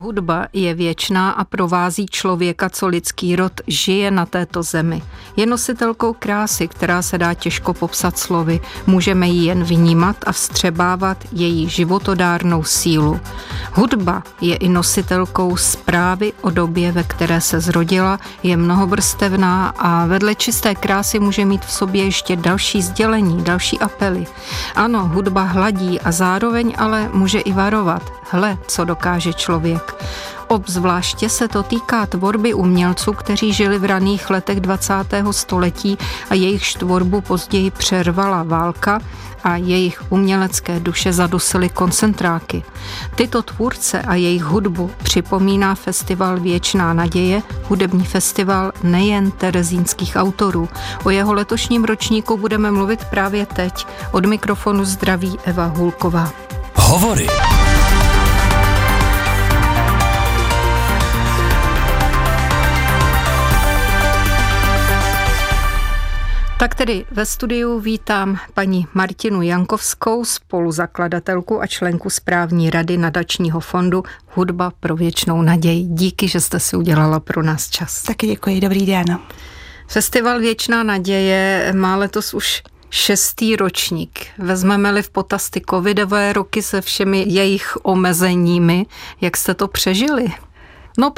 Hudba je věčná a provází člověka, co lidský rod žije na této zemi. Je nositelkou krásy, která se dá těžko popsat slovy. Můžeme ji jen vnímat a vstřebávat její životodárnou sílu. Hudba je i nositelkou zprávy o době, ve které se zrodila, je mnohovrstevná a vedle čisté krásy může mít v sobě ještě další sdělení, další apely. Ano, hudba hladí a zároveň ale může i varovat. Hle, co dokáže člověk. Obzvláště se to týká tvorby umělců, kteří žili v raných letech 20. století a jejichž tvorbu později přervala válka a jejich umělecké duše zadusily koncentráky. Tyto tvůrce a jejich hudbu připomíná festival Věčná naděje, hudební festival nejen terezínských autorů. O jeho letošním ročníku budeme mluvit právě teď. Od mikrofonu zdraví Eva Hulková. Hovory. Tak tedy ve studiu vítám paní Martinu Jankovskou, spoluzakladatelku a členku správní rady nadačního fondu Hudba pro věčnou naději. Díky, že jste si udělala pro nás čas. Taky děkuji, dobrý den. Festival Věčná naděje má letos už 6. ročník. Vezmeme-li v potaz ty covidové roky se všemi jejich omezeními, jak jste to přežili? No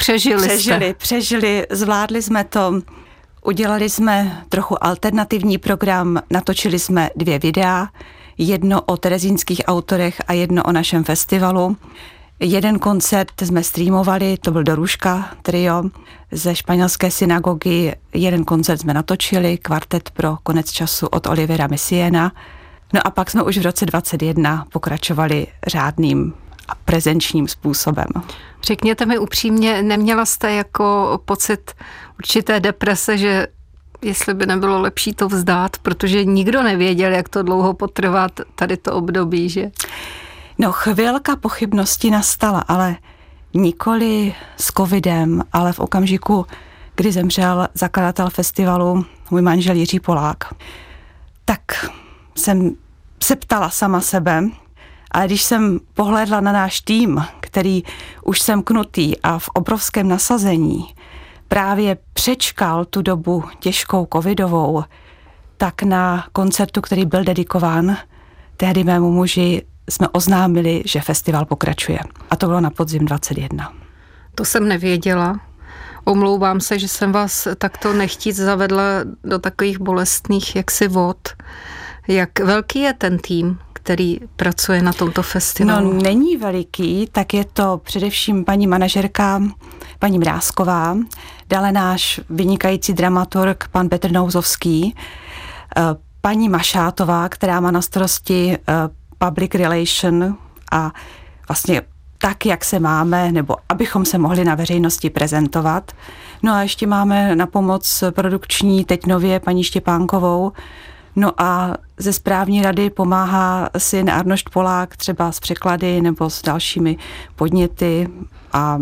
Přežili, zvládli jsme to. Udělali jsme trochu alternativní program, natočili jsme 2 videa, jedno o terezínských autorech a jedno o našem festivalu. Jeden koncert jsme streamovali, to byl Doruška trio ze španělské synagogy. Jeden koncert jsme natočili, kvartet pro konec času od Olivera Messiena. No a pak jsme už v roce 2021 pokračovali řádným a prezenčním způsobem. Řekněte mi upřímně, neměla jste jako pocit určité deprese, že jestli by nebylo lepší to vzdát, protože nikdo nevěděl, jak to dlouho potrvá tady to období, že? No, chvilka pochybnosti nastala, ale nikoli s covidem, ale v okamžiku, kdy zemřel zakladatel festivalu, můj manžel Jiří Polák. Tak jsem se ptala sama sebe, ale když jsem pohlédla na náš tým, který už semknutý a v obrovském nasazení právě přečkal tu dobu těžkou covidovou, tak na koncertu, který byl dedikován tehdy mému muži, jsme oznámili, že festival pokračuje. A to bylo na podzim 2021. To jsem nevěděla. Omlouvám se, že jsem vás takto nechtít zavedla do takových bolestných jaksi vod. Jak velký je ten tým, který pracuje na tomto festivalu? No, není veliký, tak je to především paní manažerka, paní Mrázková, dále náš vynikající dramaturg, pan Petr Nouzovský, paní Mašátová, která má na starosti public relation a vlastně tak, jak se máme, nebo abychom se mohli na veřejnosti prezentovat. No a ještě máme na pomoc produkční teď nově paní Štěpánkovou. No a ze správní rady pomáhá syn Arnošt Polák třeba s překlady nebo s dalšími podněty a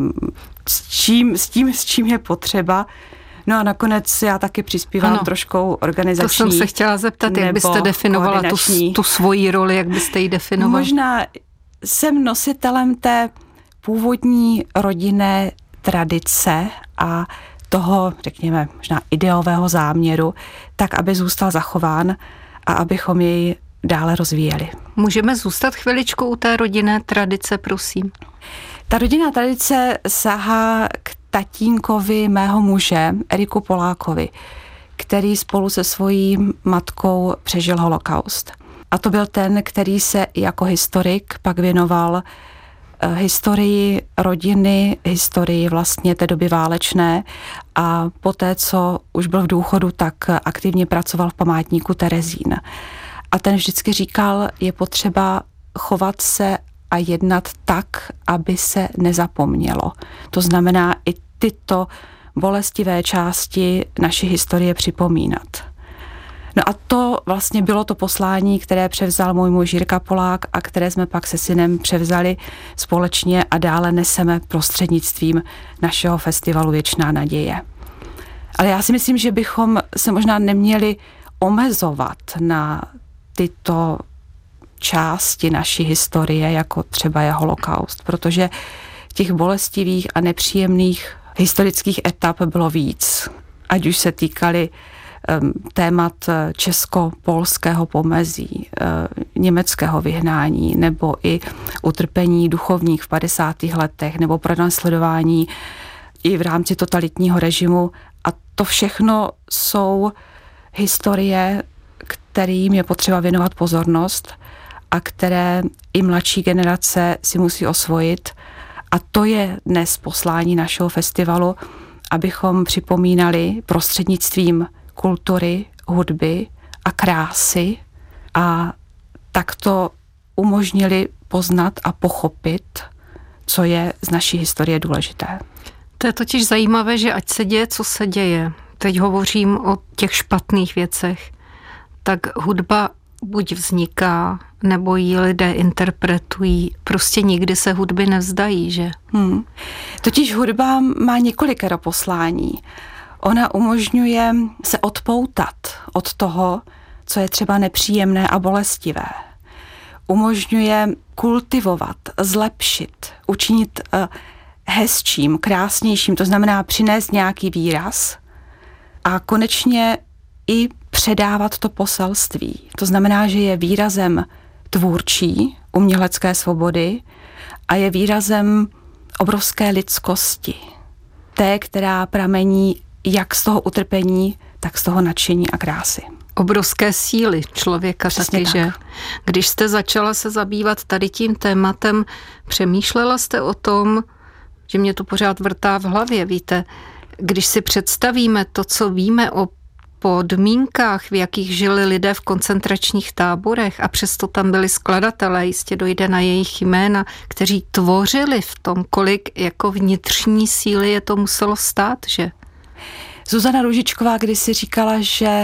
s čím je potřeba. No a nakonec já taky přispívám troškou organizační. To jsem se chtěla zeptat, jak byste definovala tu svoji roli, jak byste ji definovala? Možná jsem nositelem té původní rodinné tradice a toho, řekněme, možná ideového záměru, tak, aby zůstal zachován a abychom jej dále rozvíjeli. Můžeme zůstat chviličku u té rodinné tradice, prosím? Ta rodinná tradice sahá k tatínkovi mého muže, Eriku Polákovi, který spolu se svojí matkou přežil holokaust. A to byl ten, který se jako historik pak věnoval historii rodiny, historii vlastně té doby válečné a poté, co už byl v důchodu, tak aktivně pracoval v památníku Terezín. A ten vždycky říkal, je potřeba chovat se a jednat tak, aby se nezapomnělo. To znamená i tyto bolestivé části naší historie připomínat. No a to vlastně bylo to poslání, které převzal můj muž Jirka Polák a které jsme pak se synem převzali společně a dále neseme prostřednictvím našeho festivalu Věčná naděje. Ale já si myslím, že bychom se možná neměli omezovat na tyto části naší historie, jako třeba je holokaust, protože těch bolestivých a nepříjemných historických etap bylo víc. Ať už se týkaly témat česko-polského pomezí, německého vyhnání, nebo i utrpení duchovních v 50. letech, nebo pronásledování i v rámci totalitního režimu. A to všechno jsou historie, kterým je potřeba věnovat pozornost a které i mladší generace si musí osvojit. A to je dnes poslání našeho festivalu, abychom připomínali prostřednictvím kultury, hudby a krásy a takto umožnili poznat a pochopit, co je z naší historie důležité. To je totiž zajímavé, že ať se děje, co se děje, teď hovořím o těch špatných věcech, tak hudba buď vzniká, nebo ji lidé interpretují. Prostě nikdy se hudby nevzdají, že? Totiž hudba má několikero poslání. Ona umožňuje se odpoutat od toho, co je třeba nepříjemné a bolestivé. Umožňuje kultivovat, zlepšit, učinit hezčím, krásnějším, to znamená přinést nějaký výraz a konečně i předávat to poselství. To znamená, že je výrazem tvůrčí, umělecké svobody a je výrazem obrovské lidskosti. Té, která pramení jak z toho utrpení, tak z toho nadšení a krásy. Obrovské síly člověka. Přesně taky, tak. Že? Když jste začala se zabývat tady tím tématem, přemýšlela jste o tom, že mě to pořád vrtá v hlavě, víte, když si představíme to, co víme o podmínkách, v jakých žili lidé v koncentračních táborech a přesto tam byli skladatelé, jistě dojde na jejich jména, kteří tvořili v tom, kolik jako vnitřní síly je to muselo stát, že? Zuzana Růžičková kdysi říkala,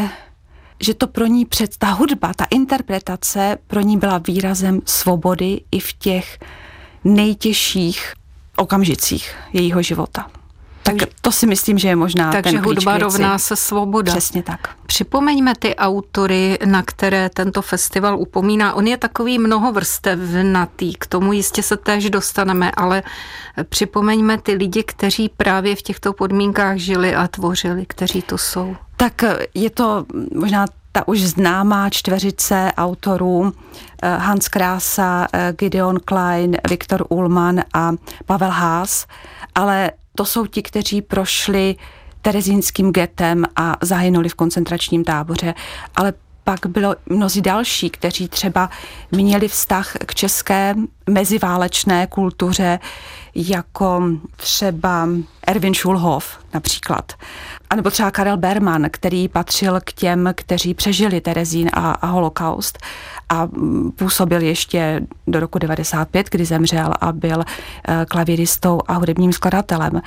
že to pro ní ta hudba, ta interpretace pro ní byla výrazem svobody i v těch nejtěžších okamžicích jejího života. Tak to si myslím, že je možná ten klíč Takže hudba věci. rovná se svoboda. Přesně tak. Připomeňme ty autory, na které tento festival upomíná. On je takový mnohovrstevnatý, k tomu jistě se též dostaneme, ale připomeňme ty lidi, kteří právě v těchto podmínkách žili a tvořili, kteří to jsou. Tak je to možná ta už známá čtveřice autorů Hans Krása, Gideon Klein, Viktor Ullmann a Pavel Haas, ale to jsou ti, kteří prošli terezínským getem a zahynuli v koncentračním táboře, ale pak bylo mnozí další, kteří třeba měli vztah k české meziválečné kultuře, jako třeba Erwin Schulhoff například. A nebo třeba Karel Berman, který patřil k těm, kteří přežili Terezín a holokaust a působil ještě do roku 1995, kdy zemřel a byl klavíristou a hudebním skladatelem.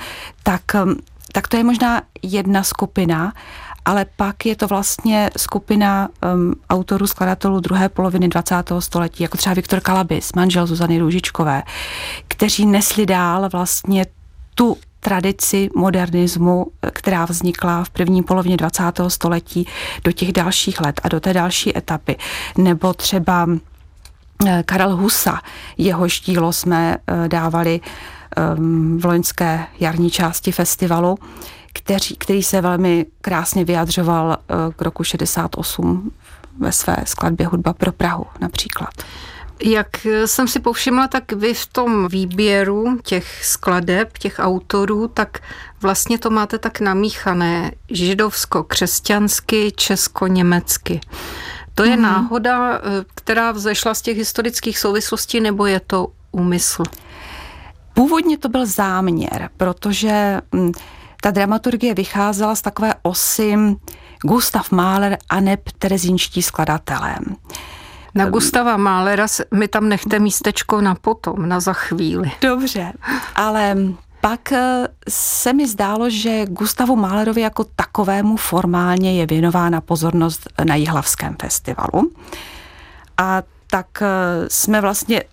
Tak to je možná jedna skupina, ale pak je to vlastně skupina autorů, skladatelů druhé poloviny 20. století, jako třeba Viktor Kalabis, manžel Zuzany Růžičkové, kteří nesli dál vlastně tu tradici modernismu, která vznikla v první polovině 20. století do těch dalších let a do té další etapy. Nebo třeba Karel Husa, jehož dílo jsme dávali v loňské jarní části festivalu, který se velmi krásně vyjadřoval k roku 68 ve své skladbě Hudba pro Prahu například. Jak jsem si povšimla, tak vy v tom výběru těch skladeb, těch autorů, tak vlastně to máte tak namíchané židovsko-křesťansky, česko-německy. To je náhoda, která vzešla z těch historických souvislostí, nebo je to úmysl? Původně to byl záměr, protože ta dramaturgie vycházela z takové osy Gustav Mahler a neb terezínští skladatelé. Na Gustava Mahlera mi tam nechte místečko na potom, na za chvíli. Dobře, ale pak se mi zdálo, že Gustavu Mahlerovi jako takovému formálně je věnována pozornost na Jihlavském festivalu. A tak jsme vlastně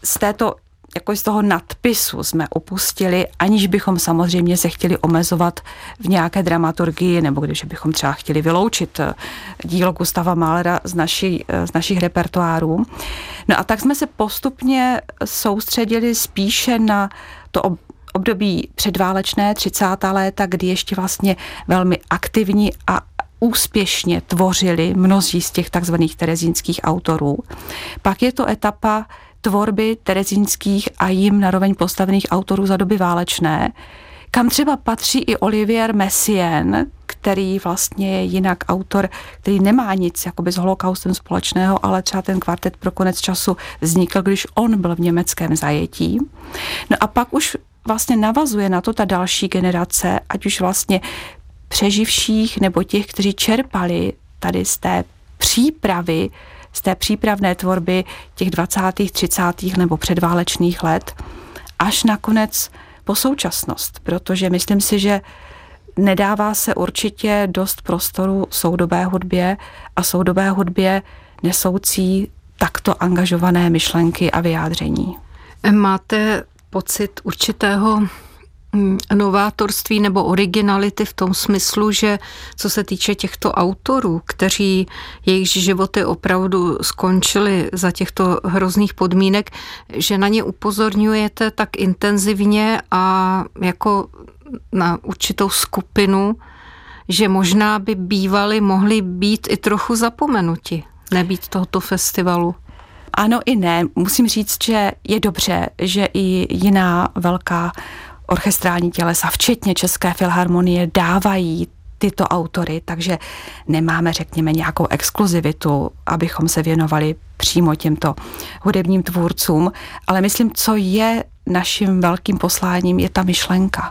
z toho nadpisu jsme opustili, aniž bychom samozřejmě se chtěli omezovat v nějaké dramaturgii, nebo když bychom třeba chtěli vyloučit dílo Gustava Mahlera z našich repertoárů. No a tak jsme se postupně soustředili spíše na to období předválečné 30. léta, kdy ještě vlastně velmi aktivní a úspěšně tvořili mnozí z těch takzvaných terezínských autorů. Pak je to etapa tvorby terezínských a jim naroveň postavených autorů za doby válečné, kam třeba patří i Olivier Messiaen, který vlastně je jinak autor, který nemá nic jakoby s holokaustem společného, ale třeba ten kvartet Pro konec času vznikl, když on byl v německém zajetí. No a pak už vlastně navazuje na to ta další generace, ať už vlastně přeživších nebo těch, kteří čerpali tady z té přípravy, z té přípravné tvorby těch 20., 30. nebo předválečných let, až nakonec po současnost, protože myslím si, že nedává se určitě dost prostoru soudobé hudbě a soudobé hudbě nesoucí takto angažované myšlenky a vyjádření. Máte pocit určitého novátorství nebo originality v tom smyslu, že co se týče těchto autorů, kteří jejich životy opravdu skončili za těchto hrozných podmínek, že na ně upozorňujete tak intenzivně a jako na určitou skupinu, že možná by mohli být i trochu zapomenuti, nebýt tohoto festivalu? Ano i ne. Musím říct, že je dobře, že i jiná velká orchestrální tělesa, včetně České filharmonie, dávají tyto autory, takže nemáme, řekněme, nějakou exkluzivitu, abychom se věnovali přímo těmto hudebním tvůrcům, ale myslím, co je naším velkým posláním, je ta myšlenka.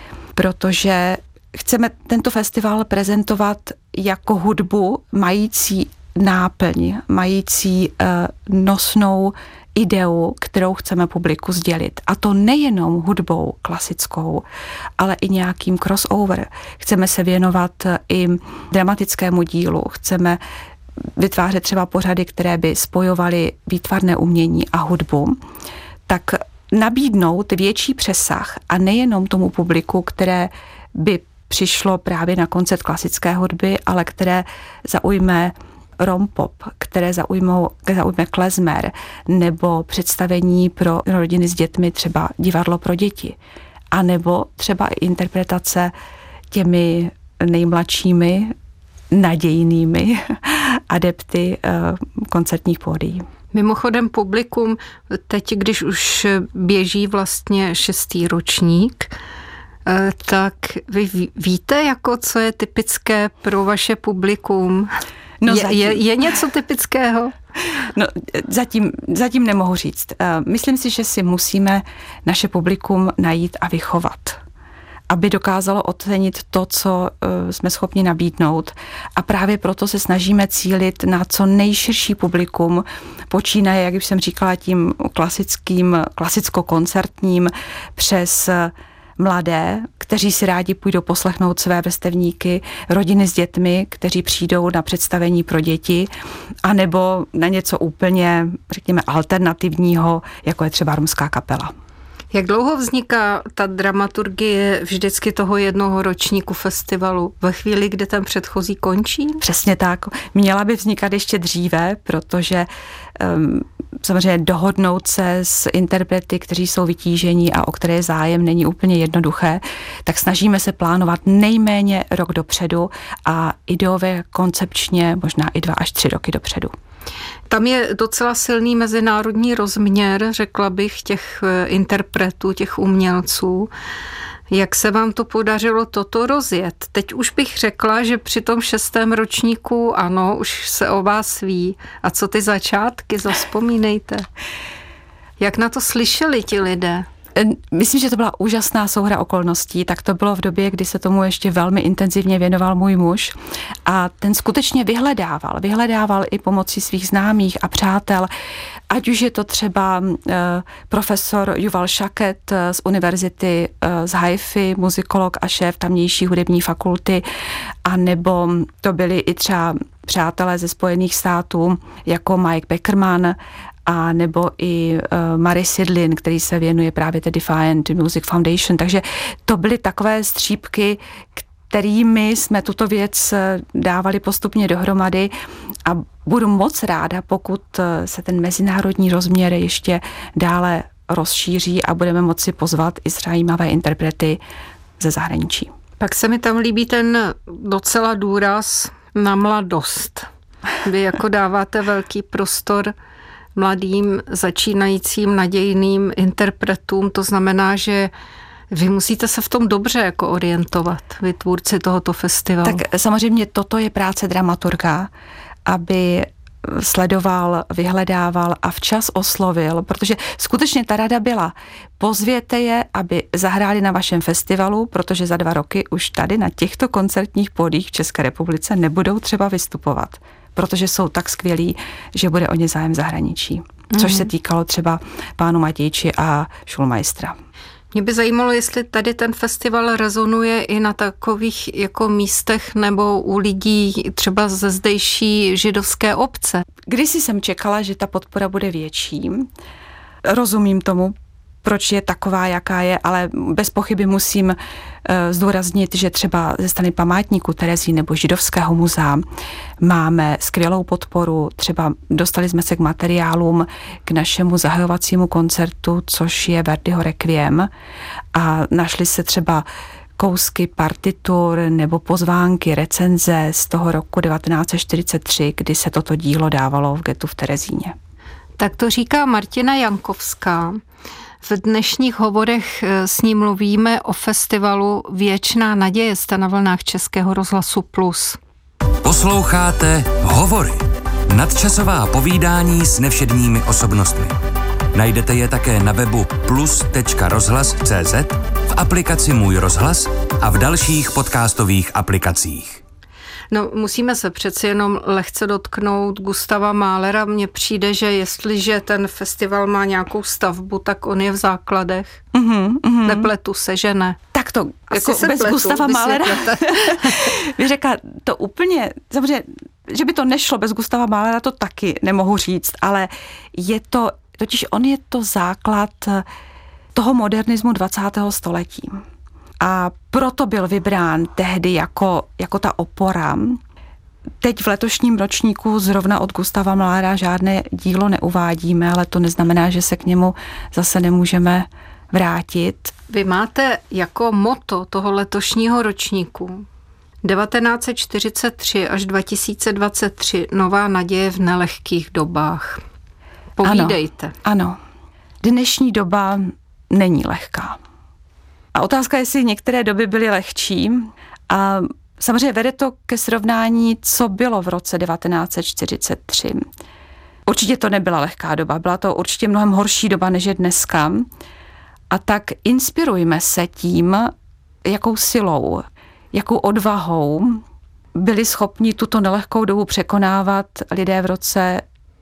Protože chceme tento festival prezentovat jako hudbu mající náplň, mající nosnou ideu, kterou chceme publiku sdělit. A to nejenom hudbou klasickou, ale i nějakým crossover. Chceme se věnovat i dramatickému dílu. Chceme vytvářet třeba pořady, které by spojovaly výtvarné umění a hudbu. Tak nabídnout větší přesah a nejenom tomu publiku, které by přišlo právě na koncert klasické hudby, ale které zaujme rompop, které zaujme klezmer nebo představení pro rodiny s dětmi, třeba divadlo pro děti. A nebo třeba i interpretace těmi nejmladšími nadějnými adepty koncertních pódií. Mimochodem publikum teď, když už běží vlastně 6. ročník, tak vy víte, jako co je typické pro vaše publikum? No je něco typického? No, zatím nemohu říct. Myslím si, že si musíme naše publikum najít a vychovat, aby dokázalo ocenit to, co jsme schopni nabídnout. A právě proto se snažíme cílit na co nejširší publikum, počínaje, jak už jsem říkala, tím klasicko-koncertním přes mladé, kteří si rádi půjdou poslechnout své vrstevníky, rodiny s dětmi, kteří přijdou na představení pro děti, anebo na něco úplně, řekněme, alternativního, jako je třeba romská kapela. Jak dlouho vzniká ta dramaturgie vždycky toho jednoho ročníku festivalu? Ve chvíli, kdy ten předchozí končí? Přesně tak. Měla by vznikat ještě dříve, protože samozřejmě dohodnout se s interprety, kteří jsou vytížení a o které je zájem, není úplně jednoduché, tak snažíme se plánovat nejméně rok dopředu a ideově koncepčně možná i 2 až 3 roky dopředu. Tam je docela silný mezinárodní rozměr, řekla bych, těch interpretů, těch umělců. Jak se vám to podařilo toto rozjet? Teď už bych řekla, že při tom 6. ročníku, ano, už se o vás ví. A co ty začátky, zavzpomínejte. Jak na to slyšeli ti lidé? Myslím, že to byla úžasná souhra okolností, tak to bylo v době, kdy se tomu ještě velmi intenzivně věnoval můj muž a ten skutečně vyhledával i pomocí svých známých a přátel, ať už je to třeba profesor Yuval Shaket z univerzity z Haify, muzikolog a šéf tamnější hudební fakulty, a nebo to byli i třeba přátelé ze Spojených států, jako Mike Beckerman, a nebo i Murray Sidlin, který se věnuje právě té Defiant Music Foundation. Takže to byly takové střípky, kterými jsme tuto věc dávali postupně dohromady a budu moc ráda, pokud se ten mezinárodní rozměr ještě dále rozšíří a budeme moci pozvat i zajímavé interprety ze zahraničí. Pak se mi tam líbí ten docela důraz na mladost. Vy jako dáváte velký prostor mladým, začínajícím, nadějným interpretům. To znamená, že vy musíte se v tom dobře jako orientovat, vy tvůrci tohoto festivalu. Tak samozřejmě toto je práce dramaturga, aby sledoval, vyhledával a včas oslovil, protože skutečně ta rada byla, pozvěte je, aby zahráli na vašem festivalu, protože za 2 roky už tady na těchto koncertních pódiích v České republice nebudou třeba vystupovat, protože jsou tak skvělí, že bude o ně zájem zahraničí. Což se týkalo třeba pánu Matějči a Schulmeistera. Mě by zajímalo, jestli tady ten festival rezonuje i na takových jako místech nebo u lidí třeba ze zdejší židovské obce. Kdysi jsem čekala, že ta podpora bude větší. Rozumím tomu, proč je taková, jaká je, ale bez pochyby musím zdůraznit, že třeba ze strany památníku Terezí nebo Židovského muzea máme skvělou podporu. Třeba dostali jsme se k materiálům k našemu zahajovacímu koncertu, což je Verdiho Requiem, a našli se třeba kousky partitur nebo pozvánky, recenze z toho roku 1943, kdy se toto dílo dávalo v ghettu v Terezíně. Tak to říká Martina Jankovská. V dnešních hovorech s ní mluvíme o festivalu Věčná naděje, jste na vlnách Českého rozhlasu Plus. Posloucháte Hovory. Nadčasová povídání s nevšedními osobnostmi. Najdete je také na webu plus.rozhlas.cz, v aplikaci Můj rozhlas a v dalších podcastových aplikacích. No, musíme se přeci jenom lehce dotknout Gustava Mahlera. Mně přijde, že jestliže ten festival má nějakou stavbu, tak on je v základech. Nepletu se, že ne? Tak to, jako bez Gustava Mahlera. Vy řekla to úplně, samozřejmě, že by to nešlo bez Gustava Mahlera, to taky nemohu říct, ale je to, totiž on je to základ toho modernismu 20. století. A proto byl vybrán tehdy jako ta opora. Teď v letošním ročníku zrovna od Gustava Mahlera žádné dílo neuvádíme, ale to neznamená, že se k němu zase nemůžeme vrátit. Vy máte jako motto toho letošního ročníku 1943 až 2023 nová naděje v nelehkých dobách. Povídejte. Ano. Dnešní doba není lehká. A otázka je, jestli některé doby byly lehčí. A samozřejmě vede to ke srovnání, co bylo v roce 1943. Určitě to nebyla lehká doba, byla to určitě mnohem horší doba, než je dneska. A tak inspirujme se tím, jakou silou, jakou odvahou byli schopni tuto nelehkou dobu překonávat lidé v roce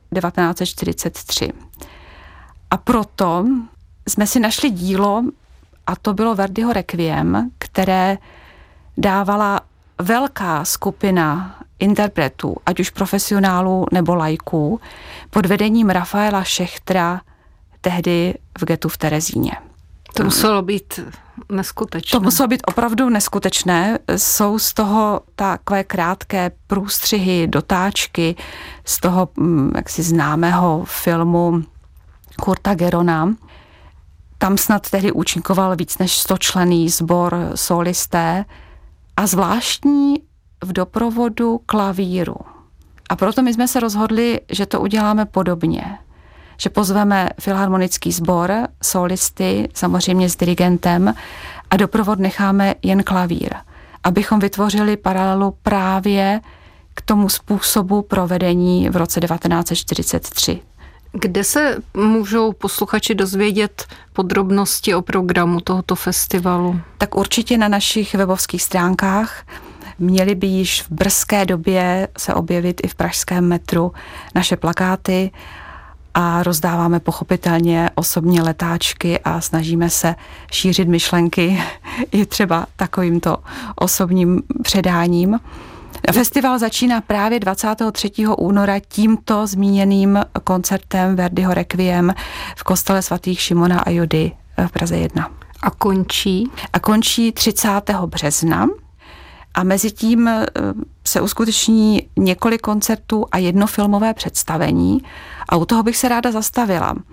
1943. A proto jsme si našli dílo, a to bylo Verdiho Requiem, které dávala velká skupina interpretů, ať už profesionálů nebo laiků, pod vedením Rafaela Šechtera tehdy v ghettu v Terezíně. To muselo být neskutečné. To muselo být opravdu neskutečné. Jsou z toho takové krátké průstřihy, dotáčky z toho jaksi známého filmu Kurta Gerona. Tam snad tehdy účinkoval víc než 100členný sbor solisté a zvláštní v doprovodu klavíru. A proto my jsme se rozhodli, že to uděláme podobně. Že pozveme filharmonický sbor, solisty, samozřejmě s dirigentem, a doprovod necháme jen klavír. Abychom vytvořili paralelu právě k tomu způsobu provedení v roce 1943. Kde se můžou posluchači dozvědět podrobnosti o programu tohoto festivalu? Tak určitě na našich webovských stránkách. Měly by již v brzké době se objevit i v pražském metru naše plakáty a rozdáváme pochopitelně osobní letáčky a snažíme se šířit myšlenky i třeba takovýmto osobním předáním. Festival začíná právě 23. února tímto zmíněným koncertem Verdiho Requiem v kostele svatých Šimona a Judy v Praze 1. A končí? A končí 30. března. A mezi tím se uskuteční několik koncertů a jedno filmové představení. A u toho bych se ráda zastavila.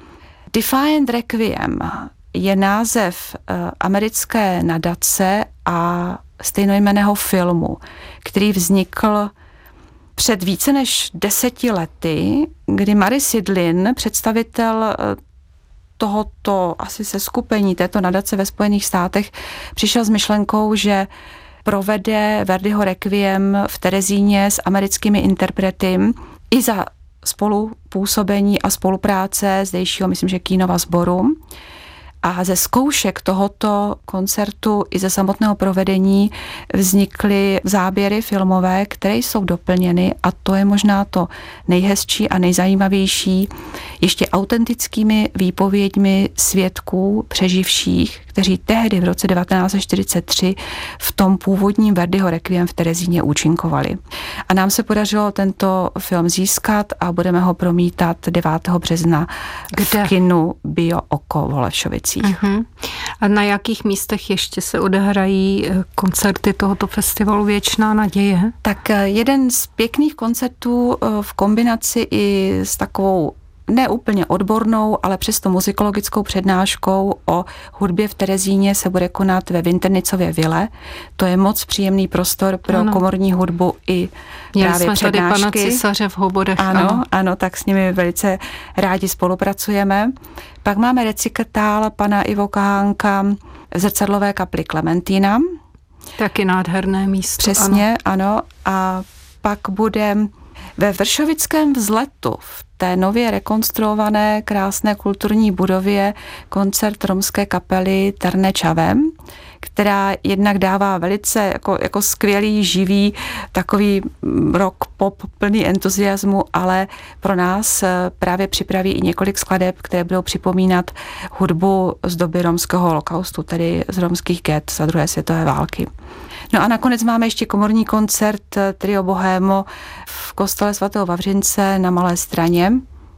Defiant Requiem je název americké nadace a stejnojmenného filmu, který vznikl před více než 10 lety, kdy Murray Sidlin, představitel tohoto asi seskupení této nadace ve Spojených státech, přišel s myšlenkou, že provede Verdiho Requiem v Terezíně s americkými interprety i za spolupůsobení a spolupráce zdejšího, myslím, že Keenova sboru. A ze zkoušek tohoto koncertu i ze samotného provedení vznikly záběry filmové, které jsou doplněny, a to je možná to nejhezčí a nejzajímavější, ještě autentickými výpověďmi svědků přeživších, kteří tehdy v roce 1943 v tom původním Verdiho Requiem v Terezíně účinkovali. A nám se podařilo tento film získat a budeme ho promítat 9. března v kinu Bio Oko v Holešovicích. Uh-huh. A na jakých místech ještě se odehrají koncerty tohoto festivalu Věčná naděje? Tak jeden z pěkných koncertů v kombinaci i s takovou neúplně odbornou, ale přesto muzikologickou přednáškou o hudbě v Terezíně se bude konat ve Vinternicově vile. To je moc příjemný prostor pro komorní hudbu i právě jsme přednášky. Tady pana Císaře v Hoborech. Ano, tak s nimi velice rádi spolupracujeme. Pak máme recitál pana Ivo Kahánka v zrcadlové kapli Klementína. Taky nádherné místo. Přesně, ano. A pak bude ve Vršovickém vzletu v té nově rekonstruované krásné kulturní budově koncert romské kapely Terne Čavem, která jednak dává velice jako skvělý, živý, takový rock pop plný entuziasmu, ale pro nás právě připraví i několik skladeb, které budou připomínat hudbu z doby romského holokaustu, tedy z romských get za druhé světové války. No a nakonec máme ještě komorní koncert Trio Bohémo v kostele svatého Vavřince na Malé Straně.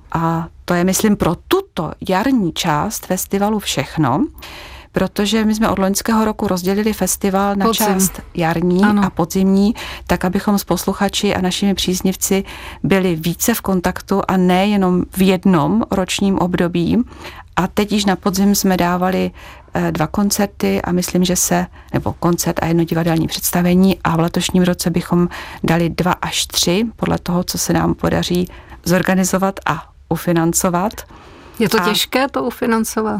A to je, myslím, pro tuto jarní část festivalu všechno, protože my jsme od loňského roku rozdělili festival na část jarní a podzimní, tak abychom s posluchači a našimi příznivci byli více v kontaktu a ne jenom v jednom ročním období. A teď již na podzim jsme dávali 2 koncerty a myslím, že nebo koncert a 1 divadelní představení, a v letošním roce bychom dali 2 až 3, podle toho, co se nám podaří zorganizovat a ufinancovat. Je to těžké to ufinancovat?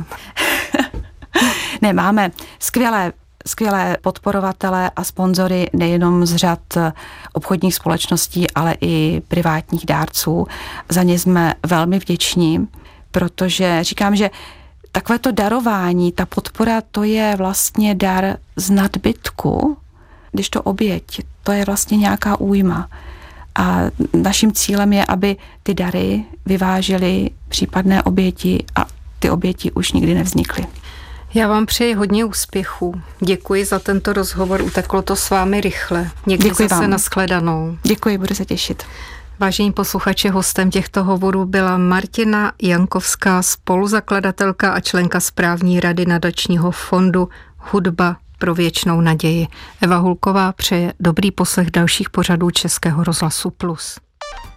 Ne, máme skvělé podporovatele a sponzory nejenom z řad obchodních společností, ale i privátních dárců. Za ně jsme velmi vděční, protože říkám, že takovéto darování, ta podpora, to je vlastně dar z nadbytku, když to oběť, to je vlastně nějaká újma. A naším cílem je, aby ty dary vyvážely případné oběti a ty oběti už nikdy nevznikly. Já vám přeji hodně úspěchů. Děkuji za tento rozhovor, uteklo to s vámi rychle. Někdy Děkuji zase vám. Nashledanou. Děkuji, budu se těšit. Vážení posluchači, hostem těchto hovorů byla Martina Jankovská, spoluzakladatelka a členka správní rady nadačního fondu Hudba pro věčnou naději. Eva Hulková přeje dobrý poslech dalších pořadů Českého rozhlasu Plus.